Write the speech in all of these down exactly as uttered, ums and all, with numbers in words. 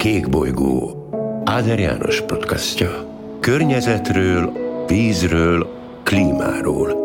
Kékbolygó, Áder János podcastja. Környezetről, vízről, klímáról.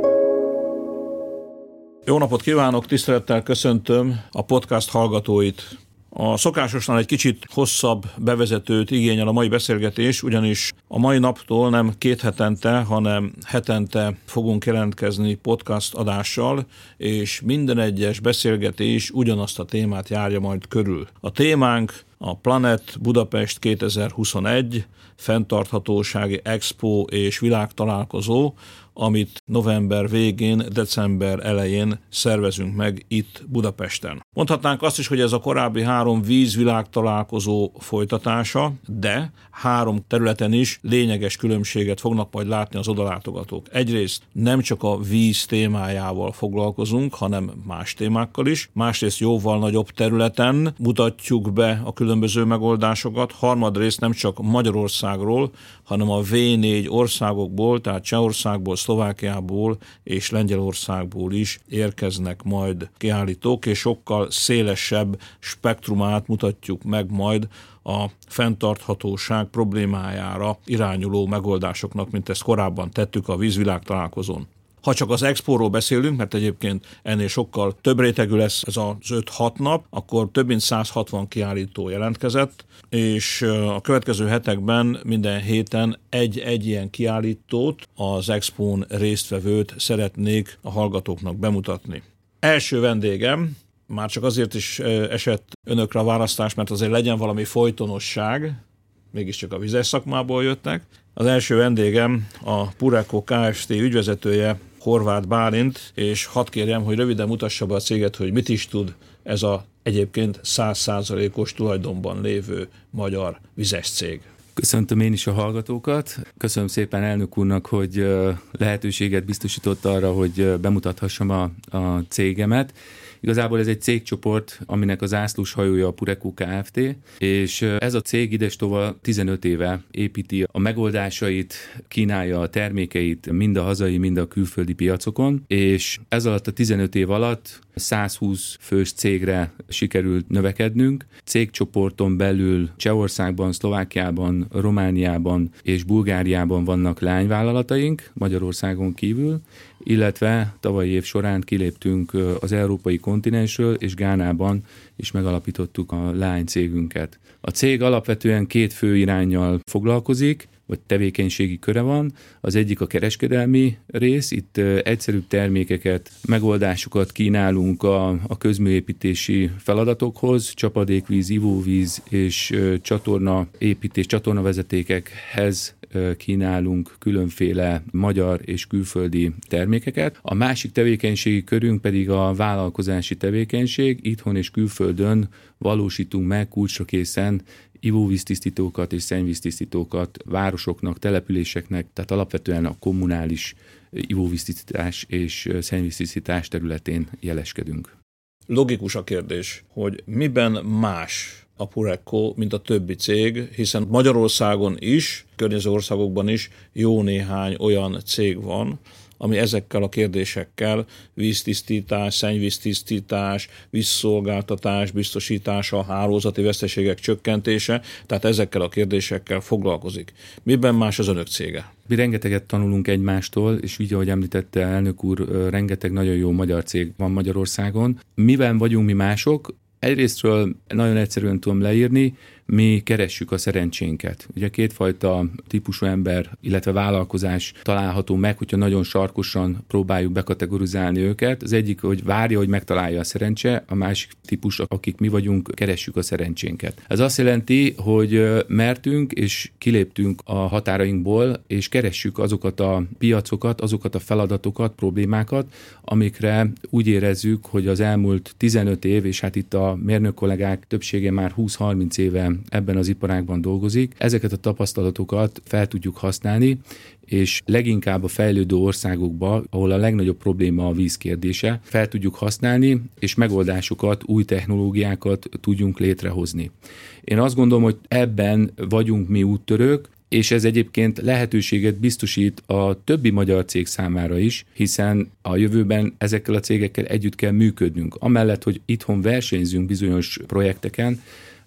Jó napot kívánok, tisztelettel köszöntöm a podcast hallgatóit. A szokásosnál egy kicsit hosszabb bevezetőt igényel a mai beszélgetés, ugyanis a mai naptól nem két hetente, hanem hetente fogunk jelentkezni podcast adással, és minden egyes beszélgetés ugyanazt a témát járja majd körül. A témánk a Planet Budapest kétezer-huszonegy, fenntarthatósági expo és világtalálkozó, amit november végén, december elején szervezünk meg itt Budapesten. Mondhatnánk azt is, hogy ez a korábbi három vízvilágtalálkozó folytatása, de három területen is lényeges különbséget fognak majd látni az odalátogatók. Egyrészt nem csak a víz témájával foglalkozunk, hanem más témákkal is. Másrészt jóval nagyobb területen mutatjuk be a különböző megoldásokat. Harmadrészt nem csak Magyarországról, hanem a vé négy országokból, tehát Csehországból, Szlovákiából és Lengyelországból is érkeznek majd kiállítók, és sokkal szélesebb spektrumát mutatjuk meg majd a fenntarthatóság problémájára irányuló megoldásoknak, mint ezt korábban tettük a vízvilágtalálkozón. Ha csak az expóról beszélünk, mert egyébként ennél sokkal több rétegű lesz ez az öt-hat nap, akkor több mint száz hatvan kiállító jelentkezett, és a következő hetekben minden héten egy-egy ilyen kiállítót, az expón résztvevőt szeretnék a hallgatóknak bemutatni. Első vendégem, már csak azért is esett önökre a választás, mert azért legyen valami folytonosság, mégiscsak a vizes szakmából jöttek. Az első vendégem a Pureco Kft. Ügyvezetője, Horváth Bálint, és hadd kérjem, hogy röviden mutassa be a céget, hogy mit is tud ez a egyébként száz százalékos tulajdonban lévő magyar vizes cég. Köszöntöm én is a hallgatókat. Köszönöm szépen elnök úrnak, hogy lehetőséget biztosított arra, hogy bemutathassam a, a cégemet. Igazából ez egy cégcsoport, aminek az zászlós hajója a Pureco Kft. És ez a cég idestova tizenöt éve építi a megoldásait, kínálja a termékeit mind a hazai, mind a külföldi piacokon, és ez alatt a tizenöt év alatt száz húsz fős cégre sikerült növekednünk. Cégcsoporton belül Csehországban, Szlovákiában, Romániában és Bulgáriában vannak lányvállalataink, Magyarországon kívül, illetve tavalyi év során kiléptünk az európai kontinensről, és Gánában is megalapítottuk a lánycégünket. A cég alapvetően két fő iránnyal foglalkozik, vagy tevékenységi köre van. Az egyik a kereskedelmi rész, itt egyszerűbb termékeket, megoldásokat kínálunk a, a közműépítési feladatokhoz, csapadékvíz, ivóvíz és csatornaépítés, csatornavezetékekhez kínálunk különféle magyar és külföldi termékeket. A másik tevékenységi körünk pedig a vállalkozási tevékenység. Itthon és külföldön valósítunk meg kulcsra készen ivóvíztisztítókat és szennyvíztisztítókat városoknak, településeknek, tehát alapvetően a kommunális ivóvíztisztítás és szennyvíztisztítás területén jeleskedünk. Logikus a kérdés, hogy miben más a Pureco, mint a többi cég, hiszen Magyarországon is, környező országokban is jó néhány olyan cég van, ami ezekkel a kérdésekkel, víztisztítás, szennyvíztisztítás, vízszolgáltatás, biztosítása, hálózati veszteségek csökkentése, tehát ezekkel a kérdésekkel foglalkozik. Miben más az önök cége? Mi rengeteget tanulunk egymástól, és úgy, ahogy említette elnök úr, rengeteg nagyon jó magyar cég van Magyarországon. Miben vagyunk mi mások? Egyrésztről nagyon egyszerűen tudom leírni, mi keressük a szerencsénket. Ugye kétfajta típusú ember, illetve vállalkozás található meg, hogyha nagyon sarkosan próbáljuk bekategorizálni őket. Az egyik, hogy várja, hogy megtalálja a szerencse, a másik típus, akik mi vagyunk, keressük a szerencsénket. Ez azt jelenti, hogy mertünk és kiléptünk a határainkból, és keressük azokat a piacokat, azokat a feladatokat, problémákat, amikre úgy érezzük, hogy az elmúlt tizenöt év, és hát itt a mérnök kollégák többsége már húsz-harminc éve ebben az iparágban dolgozik. Ezeket a tapasztalatokat fel tudjuk használni, és leginkább a fejlődő országokban, ahol a legnagyobb probléma a víz kérdése, fel tudjuk használni, és megoldásokat, új technológiákat tudjunk létrehozni. Én azt gondolom, hogy ebben vagyunk mi úttörők, és ez egyébként lehetőséget biztosít a többi magyar cég számára is, hiszen a jövőben ezekkel a cégekkel együtt kell működnünk. Amellett, hogy itthon versenyzünk bizonyos projekteken,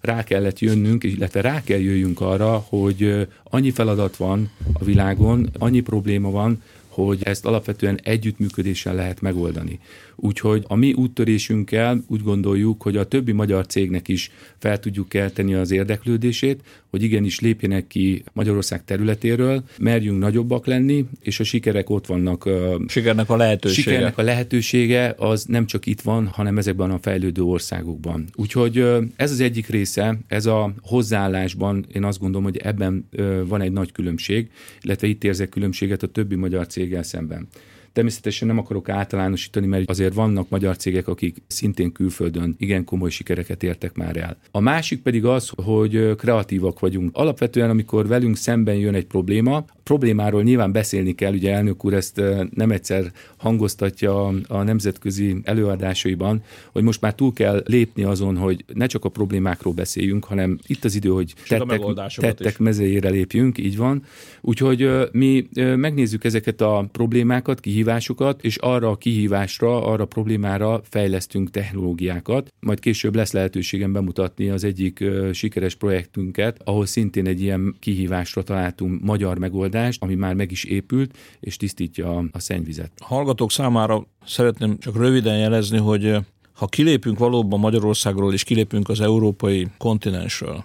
rá kellett jönnünk, illetve rá kell jöjjünk arra, hogy annyi feladat van a világon, annyi probléma van, hogy ezt alapvetően együttműködéssel lehet megoldani. Úgyhogy a mi úttörésünkkel úgy gondoljuk, hogy a többi magyar cégnek is fel tudjuk kelteni az érdeklődését, hogy igenis lépjenek ki Magyarország területéről, merjünk nagyobbak lenni, és a sikerek ott vannak. Sikernek a lehetősége. Sikernek a lehetősége az nem csak itt van, hanem ezekben a fejlődő országokban. Úgyhogy ez az egyik része, ez a hozzáállásban én azt gondolom, hogy ebben van egy nagy különbség, illetve itt érzek különbséget a többi magyar céggel szemben. Természetesen nem akarok általánosítani, mert azért vannak magyar cégek, akik szintén külföldön igen komoly sikereket értek már el. A másik pedig az, hogy kreatívak vagyunk. Alapvetően, amikor velünk szemben jön egy probléma, problémáról nyilván beszélni kell, ugye elnök úr ezt nem egyszer hangoztatja a nemzetközi előadásaiban, hogy most már túl kell lépni azon, hogy ne csak a problémákról beszéljünk, hanem itt az idő, hogy tettek, tettek mezejére lépjünk, így van. Úgyhogy mi megnézzük ezeket a problémákat, kihívásokat, és arra a kihívásra, arra a problémára fejlesztünk technológiákat. Majd később lesz lehetőségem bemutatni az egyik sikeres projektünket, ahol szintén egy ilyen kihívásra találtunk magyar megoldást, ami már meg is épült, és tisztítja a szennyvizet. A hallgatók számára szeretném csak röviden jelezni, hogy ha kilépünk valóban Magyarországról, és kilépünk az európai kontinensről,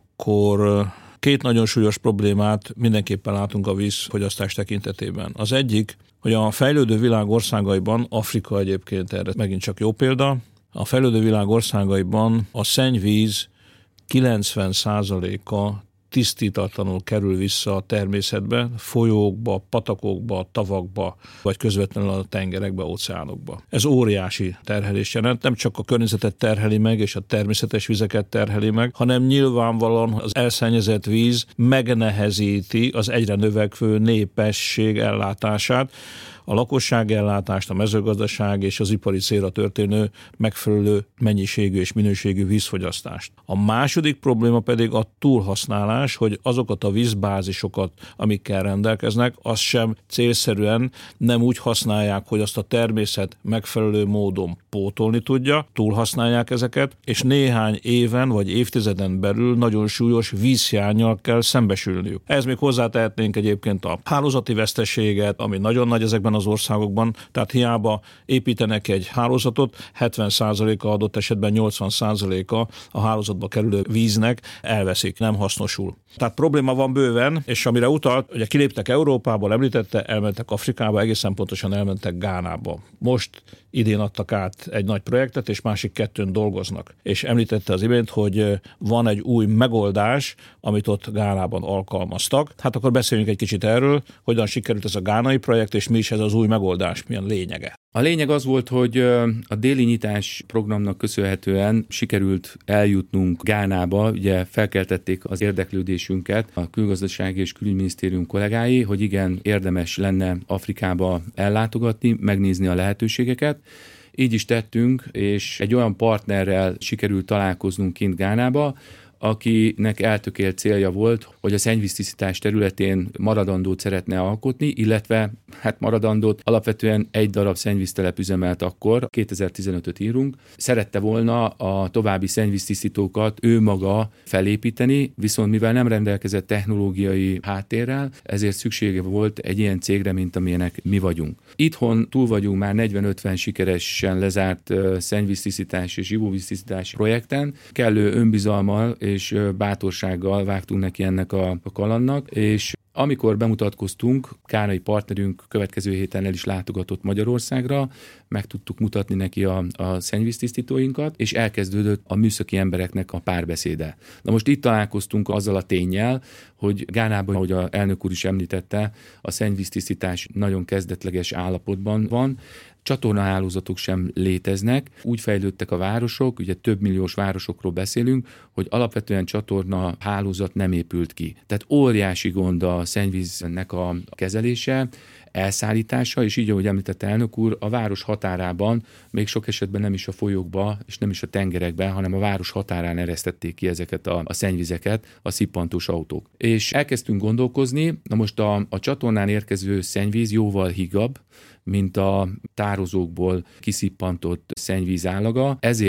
akkor két nagyon súlyos problémát mindenképpen látunk a vízfogyasztás tekintetében. Az egyik, hogy a fejlődő világ országaiban, Afrika egyébként erre megint csak jó példa, a fejlődő világ országaiban a szennyvíz kilencven százaléka tisztítatlanul kerül vissza a természetbe, folyókba, patakokba, tavakba, vagy közvetlenül a tengerekbe, óceánokba. Ez óriási terhelés jelent, nem csak a környezetet terheli meg, és a természetes vizeket terheli meg, hanem nyilvánvalóan az elszennyezett víz megnehezíti az egyre növekvő népesség ellátását, a lakosságellátást, a mezőgazdaság és az ipari célra történő megfelelő mennyiségű és minőségű vízfogyasztást. A második probléma pedig a túlhasználás, hogy azokat a vízbázisokat, amikkel rendelkeznek, azt sem célszerűen nem úgy használják, hogy azt a természet megfelelő módon pótolni tudja, túlhasználják ezeket, és néhány éven vagy évtizeden belül nagyon súlyos vízhiánnyal kell szembesülniük. Ez még hozzátehetnénk egyébként a hálózati veszteséget, ami nagyon nagy ezekben az országokban, tehát hiába építenek egy hálózatot, hetven százaléka adott esetben nyolcvan százaléka a hálózatba kerülő víznek elveszik, nem hasznosul. Tehát probléma van bőven, és amire utalt, ugye kiléptek Európából, említette, elmentek Afrikába, egészen pontosan elmentek Gánába. Most idén adtak át egy nagy projektet, és másik kettőn dolgoznak. És említette az imént, hogy van egy új megoldás, amit ott Gánában alkalmaztak. Hát akkor beszéljünk egy kicsit erről, hogyan sikerült ez a gánai projekt, és mi is ez az új megoldás, milyen lényege. A lényeg az volt, hogy a déli nyitás programnak köszönhetően sikerült eljutnunk Gánába, ugye felkeltették az érdeklődésünket a külgazdasági és külügyminisztérium kollégái, hogy igen, érdemes lenne Afrikába ellátogatni, megnézni a lehetőségeket. Így is tettünk, és egy olyan partnerrel sikerült találkoznunk kint Gánába, akinek eltökélt célja volt, hogy a szennyvíztisztítás területén maradandót szeretne alkotni, illetve hát maradandót alapvetően egy darab szennyvíztelep üzemelt akkor, kétezer-tizenötöt írunk. Szerette volna a további szennyvíztisztítókat ő maga felépíteni, viszont mivel nem rendelkezett technológiai háttérrel, ezért szüksége volt egy ilyen cégre, mint amilyenek mi vagyunk. Itthon túl vagyunk már negyven-ötven sikeresen lezárt szennyvíztisztítás és ivóvíztisztítási projekten, kellő önbizalmal és bátorsággal vágtunk neki ennek a kalandnak, és amikor bemutatkoztunk, gánai partnerünk következő héten el is látogatott Magyarországra, meg tudtuk mutatni neki a, a szennyvíztisztítóinkat, és elkezdődött a műszaki embereknek a párbeszéde. Na most itt találkoztunk azzal a ténnyel, hogy Gánában, ahogy az elnök úr is említette, a szennyvíztisztítás nagyon kezdetleges állapotban van, csatornahálózatok sem léteznek, úgy fejlődtek a városok, ugye több milliós városokról beszélünk, hogy alapvetően csatorna hálózat nem épült ki. Tehát óriási gond a szennyvíznek a kezelése, elszállítása, és így, ahogy említette elnök úr, a város határában, még sok esetben nem is a folyókba, és nem is a tengerekben, hanem a város határán eresztették ki ezeket a, a szennyvizeket, a szippantós autók. És elkezdtünk gondolkozni, na most a, a csatornán érkező szennyvíz jóval higgabb, mint a tározókból kiszippantott szennyvíz állaga, ezért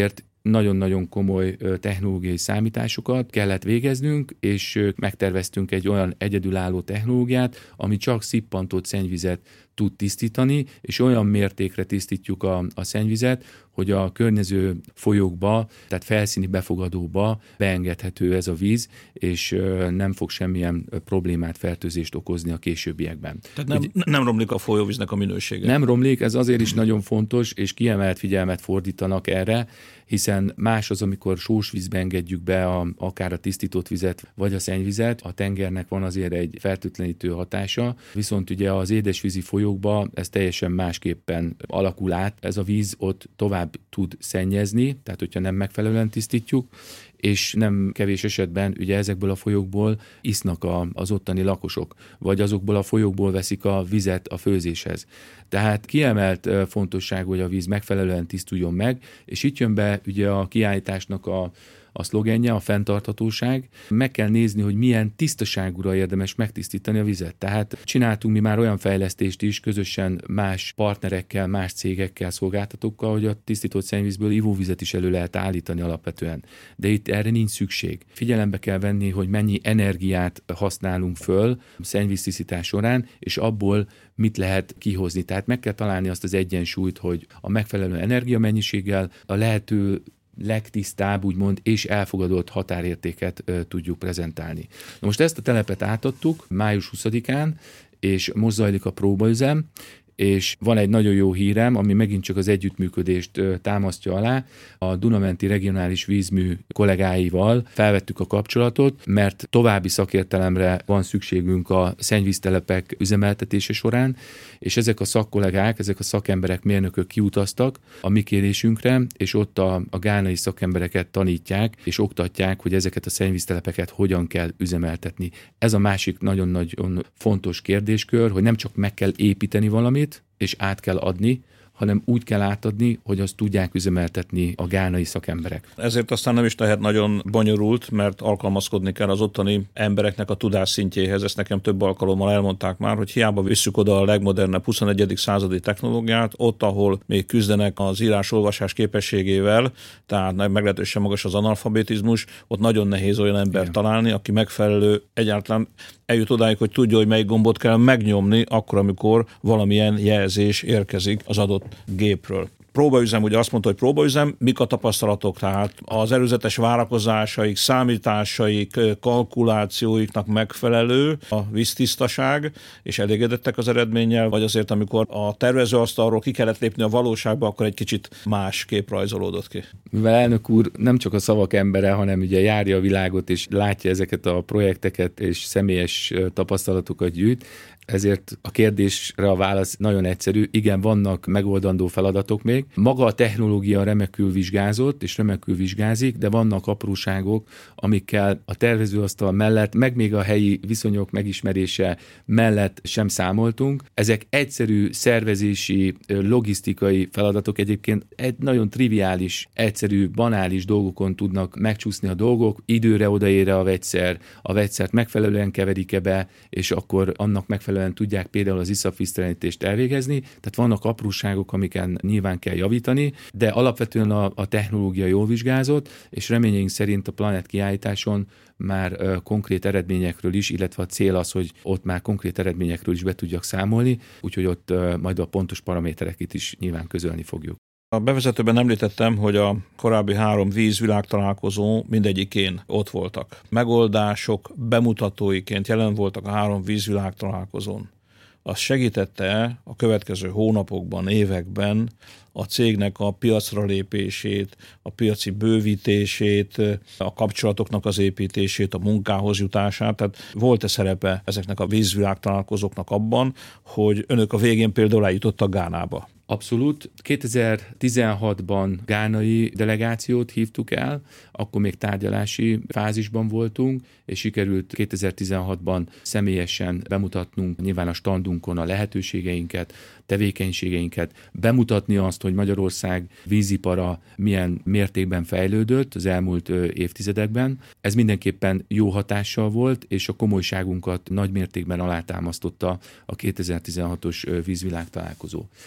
nagyon-nagyon komoly technológiai számításokat kellett végeznünk, és megterveztünk egy olyan egyedülálló technológiát, ami csak szippantott szennyvizet tud tisztítani, és olyan mértékre tisztítjuk a, a szennyvizet, hogy a környező folyókba, tehát felszíni befogadóba beengedhető ez a víz, és nem fog semmilyen problémát, fertőzést okozni a későbbiekben. Tehát nem, Úgy, nem romlik a folyóvíznek a minősége? Nem romlik, ez azért is nagyon fontos, és kiemelt figyelmet fordítanak erre, hiszen más az, amikor sós vízbe engedjük be a, akár a tisztított vizet, vagy a szennyvizet. A tengernek van azért egy fertőtlenítő hatása, viszont ugye az édesvízi folyókba ez teljesen másképpen alakul át. Ez a víz ott tovább tud szennyezni, tehát hogyha nem megfelelően tisztítjuk, és nem kevés esetben ugye ezekből a folyókból isznak a, az ottani lakosok, vagy azokból a folyókból veszik a vizet a főzéshez. Tehát kiemelt fontosságú, hogy a víz megfelelően tisztuljon meg, és itt jön be ugye a kiállításnak a a szlogenje, a fenntarthatóság. Meg kell nézni, hogy milyen tisztaságúra érdemes megtisztítani a vizet. Tehát csináltunk mi már olyan fejlesztést is közösen más partnerekkel, más cégekkel, szolgáltatókkal, hogy a tisztított szennyvízből ivóvizet is elő lehet állítani alapvetően. De itt erre nincs szükség. Figyelembe kell venni, hogy mennyi energiát használunk föl szennyvíztisztítás során, és abból mit lehet kihozni. Tehát meg kell találni azt az egyensúlyt, hogy a megfelelő energiamennyiséggel a lehető legtisztább, úgymond, és elfogadott határértéket ö, tudjuk prezentálni. Na most ezt a telepet átadtuk május huszadikán, és most zajlik a próbaüzem, és van egy nagyon jó hírem, ami megint csak az együttműködést támasztja alá. A Duna-menti regionális vízmű kollégáival felvettük a kapcsolatot, mert további szakértelemre van szükségünk a szennyvíztelepek üzemeltetése során, és ezek a szakkollégák, ezek a szakemberek, mérnökök kiutaztak a mi kérésünkre, és ott a, a gánai szakembereket tanítják, és oktatják, hogy ezeket a szennyvíztelepeket hogyan kell üzemeltetni. Ez a másik nagyon-nagyon fontos kérdéskör, hogy nem csak meg kell építeni valamit, és át kell adni, hanem úgy kell átadni, hogy azt tudják üzemeltetni a gánai szakemberek. Ezért aztán nem is lehet nagyon bonyolult, mert alkalmazkodni kell az ottani embereknek a tudásszintjéhez. Ezt nekem több alkalommal elmondták már, hogy hiába visszük oda a legmodernebb huszonegyedik századi technológiát, ott, ahol még küzdenek az írás-olvasás képességével, tehát meglehetősen magas az analfabetizmus, ott nagyon nehéz olyan embert Igen. találni, aki megfelelő, egyáltalán eljut odáig, hogy tudja, hogy melyik gombot kell megnyomni, akkor, amikor valamilyen jelzés érkezik az adott gépről. Próbaüzem, ugye azt mondta, hogy próbaüzem, mik a tapasztalatok, tehát az előzetes várakozásaik, számításaik, kalkulációiknak megfelelő a víztisztaság, és elégedettek az eredménnyel, vagy azért, amikor a tervezőasztalról ki kellett lépni a valóságba, akkor egy kicsit más kép rajzolódott ki. Mivel elnök úr nem csak a szavak embere, hanem ugye járja a világot, és látja ezeket a projekteket, és személyes tapasztalatokat gyűjt, ezért a kérdésre a válasz nagyon egyszerű. Igen, vannak megoldandó feladatok még. Maga a technológia remekül vizsgázott, és remekül vizsgázik, de vannak apróságok, amikkel a tervezőasztal mellett, meg még a helyi viszonyok megismerése mellett sem számoltunk. Ezek egyszerű szervezési, logisztikai feladatok, egyébként egy nagyon triviális, egyszerű, banális dolgokon tudnak megcsúszni a dolgok, időre odaérre a vegyszer, a vegyszert megfelelően keverik-e be, és akkor annak megfelelően tudják például az iszapvíztelenítést elvégezni, tehát vannak apróságok, amiken nyilván kell javítani, de alapvetően a, a technológia jól vizsgázott, és reményeink szerint a Planet kiállításon már uh, konkrét eredményekről is, illetve a cél az, hogy ott már konkrét eredményekről is be tudjak számolni, úgyhogy ott uh, majd a pontos paramétereket is nyilván közölni fogjuk. A bevezetőben említettem, hogy a korábbi három vízvilágtalálkozó mindegyikén ott voltak. Megoldások bemutatóiként jelen voltak a három vízvilágtalálkozón. Az segítette a következő hónapokban, években a cégnek a piacra lépését, a piaci bővítését, a kapcsolatoknak az építését, a munkához jutását. Tehát volt-e szerepe ezeknek a vízvilágtalálkozóknak abban, hogy önök a végén például eljutottak Gánába? Abszolút. kétezer-tizenhatban gánai delegációt hívtuk el, akkor még tárgyalási fázisban voltunk, és sikerült kétezer-tizenhatban személyesen bemutatnunk nyilván a standunkon a lehetőségeinket, tevékenységeinket, bemutatni azt, hogy Magyarország vízipara milyen mértékben fejlődött az elmúlt évtizedekben. Ez mindenképpen jó hatással volt, és a komolyságunkat nagy mértékben alátámasztotta a kétezer-tizenhatos vízvilágtalálkozó. A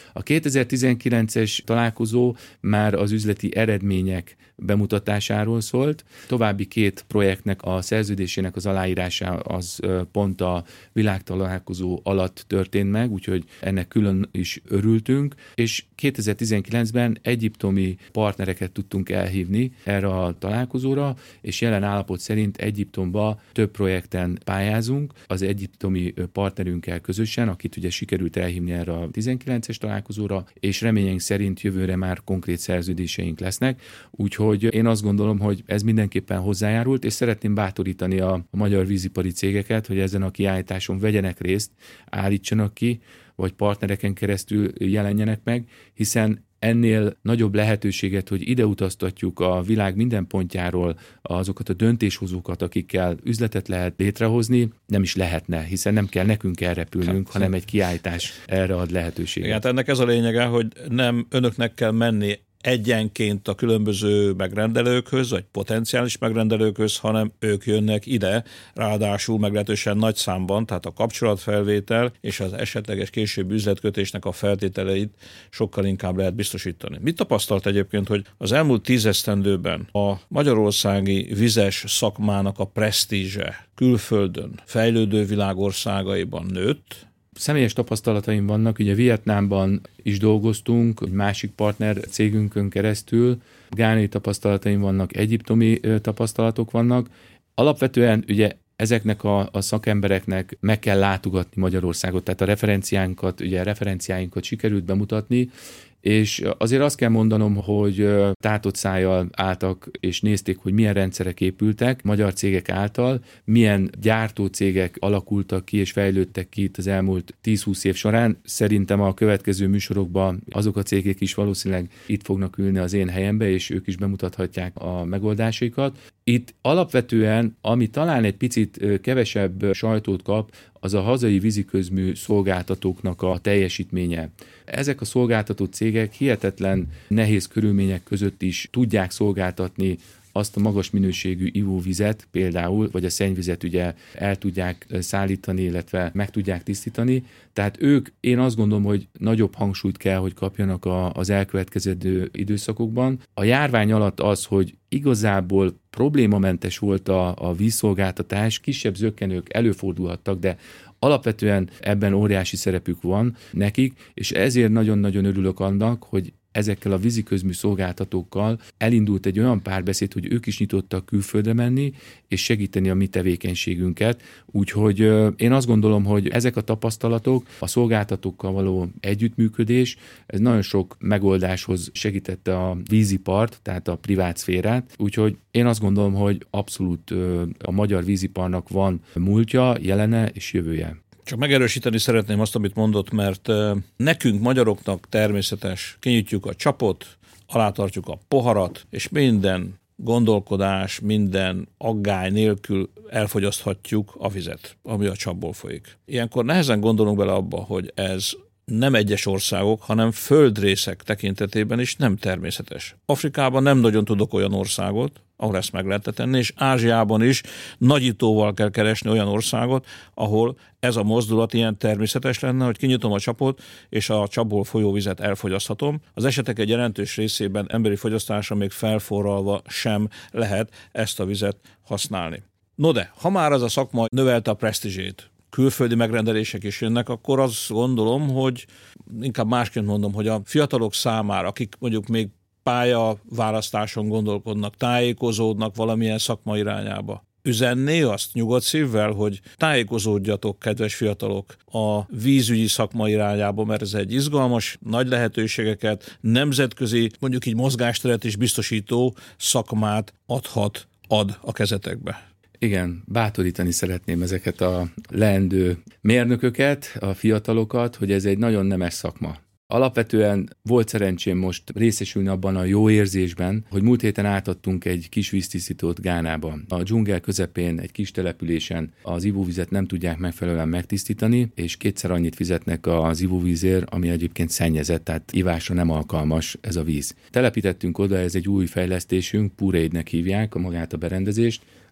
kétezer-tizenkilences találkozó már az üzleti eredmények bemutatásáról szólt. További két projektnek a szerződésének az aláírása az pont a világtalálkozó alatt történt meg, úgyhogy ennek külön is örültünk, és kétezer-tizenkilencben egyiptomi partnereket tudtunk elhívni erre a találkozóra, és jelen állapot szerint Egyiptomba több projekten pályázunk az egyiptomi partnerünkkel közösen, akit ugye sikerült elhívni erre a tizenkilences találkozóra, és reményeink szerint jövőre már konkrét szerződéseink lesznek, úgyhogy hogy én azt gondolom, hogy ez mindenképpen hozzájárult, és szeretném bátorítani a magyar vízipari cégeket, hogy ezen a kiállításon vegyenek részt, állítsanak ki, vagy partnereken keresztül jelenjenek meg, hiszen ennél nagyobb lehetőséget, hogy ide utaztatjuk a világ minden pontjáról azokat a döntéshozókat, akikkel üzletet lehet létrehozni, nem is lehetne, hiszen nem kell nekünk elrepülnünk, hát, hanem egy kiállítás erre ad lehetőséget. Igen, ennek ez a lényege, hogy nem önöknek kell menni egyenként a különböző megrendelőkhöz, vagy potenciális megrendelőkhöz, hanem ők jönnek ide, ráadásul meglehetősen nagy számban, tehát a kapcsolatfelvétel és az esetleges később üzletkötésnek a feltételeit sokkal inkább lehet biztosítani. Mit tapasztalt egyébként, hogy az elmúlt tízesztendőben a magyarországi vizes szakmának a presztízse külföldön, fejlődő világországaiban nőtt? Személyes tapasztalataim vannak, ugye Vietnámban is dolgoztunk, egy másik partner cégünkön keresztül, gánai tapasztalataim vannak, egyiptomi tapasztalatok vannak. Alapvetően ugye ezeknek a, a szakembereknek meg kell látogatni Magyarországot, tehát a referenciánkat, ugye referenciáinkat sikerült bemutatni, és azért azt kell mondanom, hogy tátott szájjal álltak és nézték, hogy milyen rendszerek épültek magyar cégek által, milyen gyártócégek alakultak ki és fejlődtek ki itt az elmúlt tíz-húsz év során. Szerintem a következő műsorokban azok a cégek is valószínűleg itt fognak ülni az én helyembe, és ők is bemutathatják a megoldásaikat. Itt alapvetően, ami talán egy picit kevesebb sajtót kap, az a hazai víziközmű szolgáltatóknak a teljesítménye. Ezek a szolgáltató cégek hihetetlen nehéz körülmények között is tudják szolgáltatni azt a magas minőségű ivóvizet például, vagy a szennyvizet ugye el tudják szállítani, illetve meg tudják tisztítani. Tehát ők, én azt gondolom, hogy nagyobb hangsúlyt kell, hogy kapjanak a, az elkövetkező időszakokban. A járvány alatt az, hogy igazából problémamentes volt a, a vízszolgáltatás, kisebb zökkenők előfordulhattak, de alapvetően ebben óriási szerepük van nekik, és ezért nagyon-nagyon örülök annak, hogy ezekkel a víziközmű szolgáltatókkal elindult egy olyan párbeszéd, hogy ők is nyitottak külföldre menni, és segíteni a mi tevékenységünket. Úgyhogy én azt gondolom, hogy ezek a tapasztalatok, a szolgáltatókkal való együttműködés, ez nagyon sok megoldáshoz segítette a vízipart, tehát a privát szférát. Úgyhogy én azt gondolom, hogy abszolút a magyar víziparnak van múltja, jelene és jövője. Csak megerősíteni szeretném azt, amit mondott, mert nekünk, magyaroknak természetes, kinyitjuk a csapot, alátartjuk a poharat, és minden gondolkodás, minden aggály nélkül elfogyaszthatjuk a vizet, ami a csapból folyik. Ilyenkor nehezen gondolunk bele abba, hogy ez nem egyes országok, hanem földrészek tekintetében is nem természetes. Afrikában nem nagyon tudok olyan országot, ahol ezt meg lehet tenni, és Ázsiában is nagyítóval kell keresni olyan országot, ahol ez a mozdulat ilyen természetes lenne, hogy kinyitom a csapot, és a csapból folyó vizet elfogyaszthatom. Az esetek egy jelentős részében emberi fogyasztásra még felforralva sem lehet ezt a vizet használni. No de, ha már ez a szakma növelte a presztízsét, külföldi megrendelések is jönnek, akkor azt gondolom, hogy inkább másként mondom, hogy a fiatalok számára, akik mondjuk még pályaválasztáson gondolkodnak, tájékozódnak valamilyen szakma irányába, üzenné azt nyugodt szívvel, hogy tájékozódjatok, kedves fiatalok, a vízügyi szakma irányába, mert ez egy izgalmas, nagy lehetőségeket, nemzetközi, mondjuk így mozgásteret is biztosító szakmát adhat, ad a kezetekbe. Igen, bátorítani szeretném ezeket a leendő mérnököket, a fiatalokat, hogy ez egy nagyon nemes szakma. Alapvetően volt szerencsém most részesülni abban a jó érzésben, hogy múlt héten átadtunk egy kis víztisztítót Gánába. A dzsungel közepén, egy kis településen az ivóvizet nem tudják megfelelően megtisztítani, és kétszer annyit fizetnek az ivóvízért, ami egyébként szennyezett, tehát ivásra nem alkalmas ez a víz. Telepítettünk oda, ez egy új fejlesztésünk, Pureidnek hívják a magát a berendezést.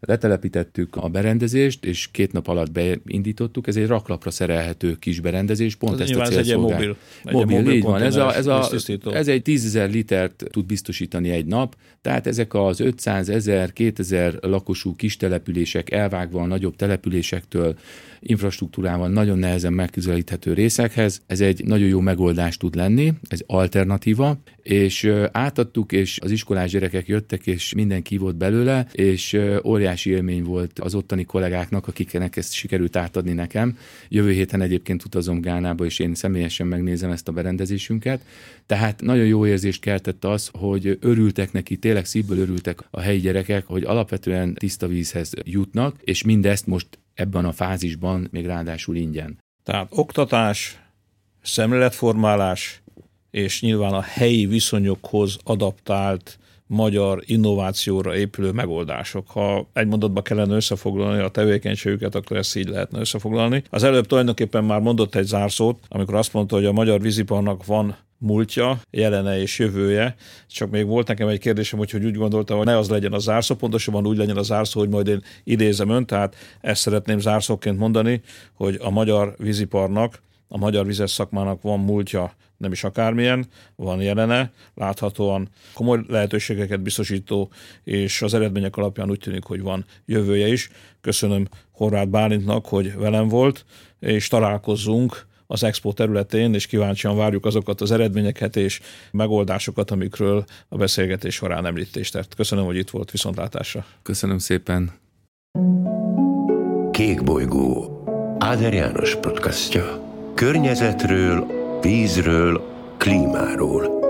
Letelepítettük a berendezést, és két nap alatt beindítottuk. Ez egy raklapra szerelhető kis berendezés, pont ez ezt a célt szolgál. Mobil, mobil, mobil így van. Ez, a, ez, a, a, ez egy tízezer litert tud biztosítani egy nap, tehát ezek az ötszáz, ezer, kétezer lakosú kis települések elvágva a nagyobb településektől, infrastruktúrával nagyon nehezen megközelíthető részekhez. Ez egy nagyon jó megoldás tud lenni, ez alternatíva, és átadtuk, és az iskolás gyerekek jöttek, és mindenki volt belőle, és óriási élmény volt az ottani kollégáknak, akiknek ezt sikerült átadni nekem. Jövő héten egyébként utazom Gánába, és én személyesen megnézem ezt a berendezésünket. Tehát nagyon jó érzést keltett az, hogy örültek neki, tényleg szívből örültek a helyi gyerekek, hogy alapvetően tiszta vízhez jutnak, és mindezt most ebben a fázisban még ráadásul ingyen. Tehát oktatás, szemléletformálás, és nyilván a helyi viszonyokhoz adaptált magyar innovációra épülő megoldások. Ha egy mondatba kellene összefoglalni a tevékenységüket, akkor ezt így lehetne összefoglalni. Az előbb tulajdonképpen már mondott egy zárszót, amikor azt mondta, hogy a magyar víziparnak van múltja, jelene és jövője. Csak még volt nekem egy kérdésem, hogy, hogy úgy gondoltam, hogy ne az legyen a zárszó, pontosabban úgy legyen a zárszó, hogy majd én idézem ön, tehát ezt szeretném zárszóként mondani, hogy a magyar víziparnak, a magyar vizes szakmának van múltja, nem is akármilyen, van jelene, láthatóan komoly lehetőségeket biztosító, és az eredmények alapján úgy tűnik, hogy van jövője is. Köszönöm Horváth Bálintnak, hogy velem volt, és találkozzunk az Expo területén, és kíváncsian várjuk azokat az eredményeket és megoldásokat, amikről a beszélgetés során említést tett. Köszönöm, hogy itt volt, viszontlátásra. Köszönöm szépen. Kékbolygó, Áder János podcastja. Környezetről, vízről, klímáról.